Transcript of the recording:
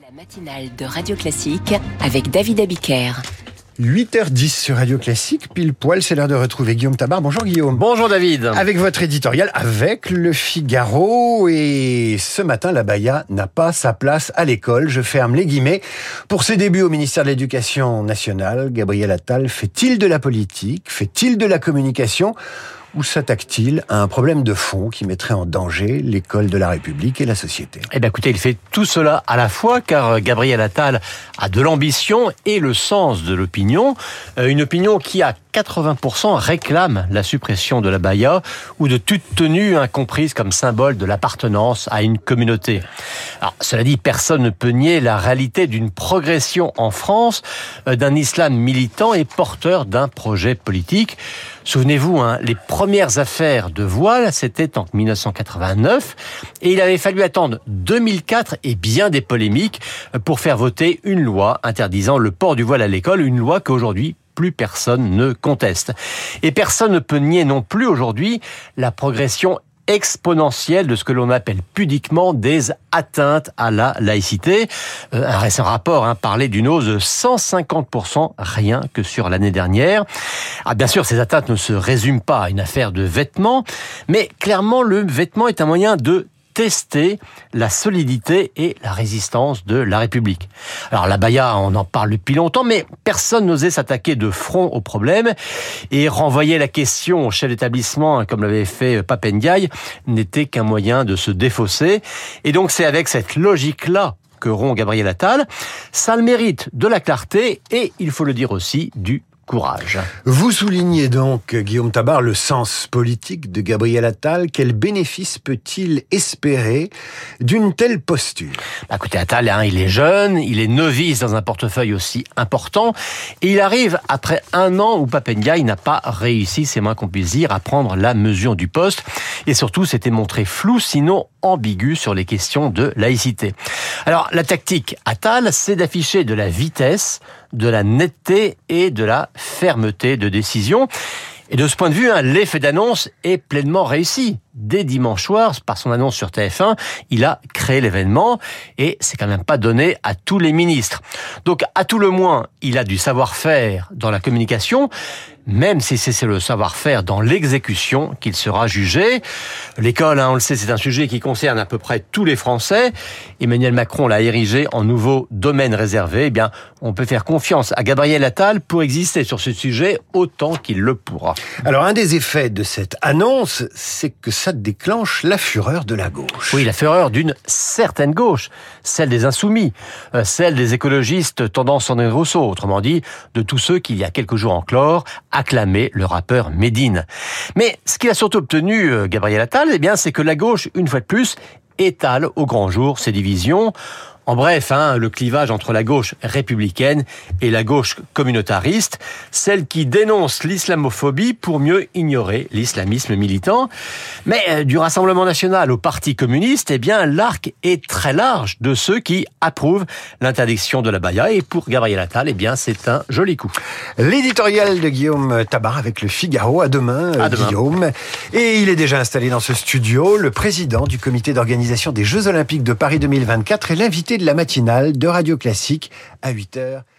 La matinale de Radio Classique avec David Abiker. 8h10 sur Radio Classique, pile poil, c'est l'heure de retrouver Guillaume Tabar. Bonjour Guillaume. Bonjour David. Avec votre éditorial, avec Le Figaro. Et ce matin, l'abaya n'a pas sa place à l'école. Je ferme les guillemets. Pour ses débuts au ministère de l'Éducation nationale, Gabriel Attal fait-il de la politique? Fait-il de la communication? Ou s'attaque-t-il à un problème de fond qui mettrait en danger l'école de la République et la société? Eh bien écoutez, il fait tout cela à la fois, car Gabriel Attal a de l'ambition et le sens de l'opinion. Une opinion qui, à 80%, réclame la suppression de l'abaya ou de toute tenue incomprise comme symbole de l'appartenance à une communauté. Alors, cela dit, personne ne peut nier la réalité d'une progression en France d'un islam militant et porteur d'un projet politique. Souvenez-vous, les premières affaires de voile, c'était en 1989, et il avait fallu attendre 2004 et bien des polémiques pour faire voter une loi interdisant le port du voile à l'école, une loi qu'aujourd'hui, plus personne ne conteste. Et personne ne peut nier non plus aujourd'hui la progression exponentielle de ce que l'on appelle pudiquement des atteintes à la laïcité. Un récent rapport parlait d'une hausse de 150% rien que sur l'année dernière. Bien sûr, ces atteintes ne se résument pas à une affaire de vêtements, mais clairement, le vêtement est un moyen de tester la solidité et la résistance de la République. Alors l'abaya, on en parle depuis longtemps, mais personne n'osait s'attaquer de front au problème et renvoyer la question au chef d'établissement, comme l'avait fait Pape Ndiaye, n'était qu'un moyen de se défausser. Et donc c'est avec cette logique-là que rompt Gabriel Attal. Ça a le mérite de la clarté et, il faut le dire aussi, du courage. Vous soulignez donc, Guillaume Tabar, le sens politique de Gabriel Attal. Quel bénéfice peut-il espérer d'une telle posture? Écoutez, Attal, il est jeune, il est novice dans un portefeuille aussi important, et il arrive après un an où Pape Ndiaye n'a pas réussi, c'est moins qu'on puisse dire, à prendre la mesure du poste, et surtout s'était montré flou, sinon ambigu sur les questions de laïcité. Alors, la tactique Attal, c'est d'afficher de la vitesse, de la netteté et de la fermeté de décision. Et de ce point de vue, l'effet d'annonce est pleinement réussi. Dès dimanche soir, par son annonce sur TF1, il a créé l'événement et c'est quand même pas donné à tous les ministres. Donc, à tout le moins, il a du savoir-faire dans la communication, même si c'est le savoir-faire dans l'exécution qu'il sera jugé. L'école, on le sait, c'est un sujet qui concerne à peu près tous les Français. Emmanuel Macron l'a érigé en nouveau domaine réservé. Eh bien, on peut faire confiance à Gabriel Attal pour exister sur ce sujet autant qu'il le pourra. Alors, un des effets de cette annonce, c'est que ça déclenche la fureur de la gauche. Oui, la fureur d'une certaine gauche, celle des insoumis, celle des écologistes tendance Sandrine Rousseau, autrement dit, de tous ceux qui, il y a quelques jours encore, acclamaient le rappeur Médine. Mais ce qu'il a surtout obtenu, Gabriel Attal, c'est que la gauche, une fois de plus, étale au grand jour ses divisions. En bref, le clivage entre la gauche républicaine et la gauche communautariste, celle qui dénonce l'islamophobie pour mieux ignorer l'islamisme militant. Mais du Rassemblement national au Parti communiste, l'arc est très large de ceux qui approuvent l'interdiction de l'abaya. Et pour Gabriel Attal, c'est un joli coup. L'éditorial de Guillaume Tabar avec Le Figaro. À demain, Guillaume. Et il est déjà installé dans ce studio, le président du comité d'organisation des Jeux Olympiques de Paris 2024 et l'invité de la matinale de Radio Classique à 8h.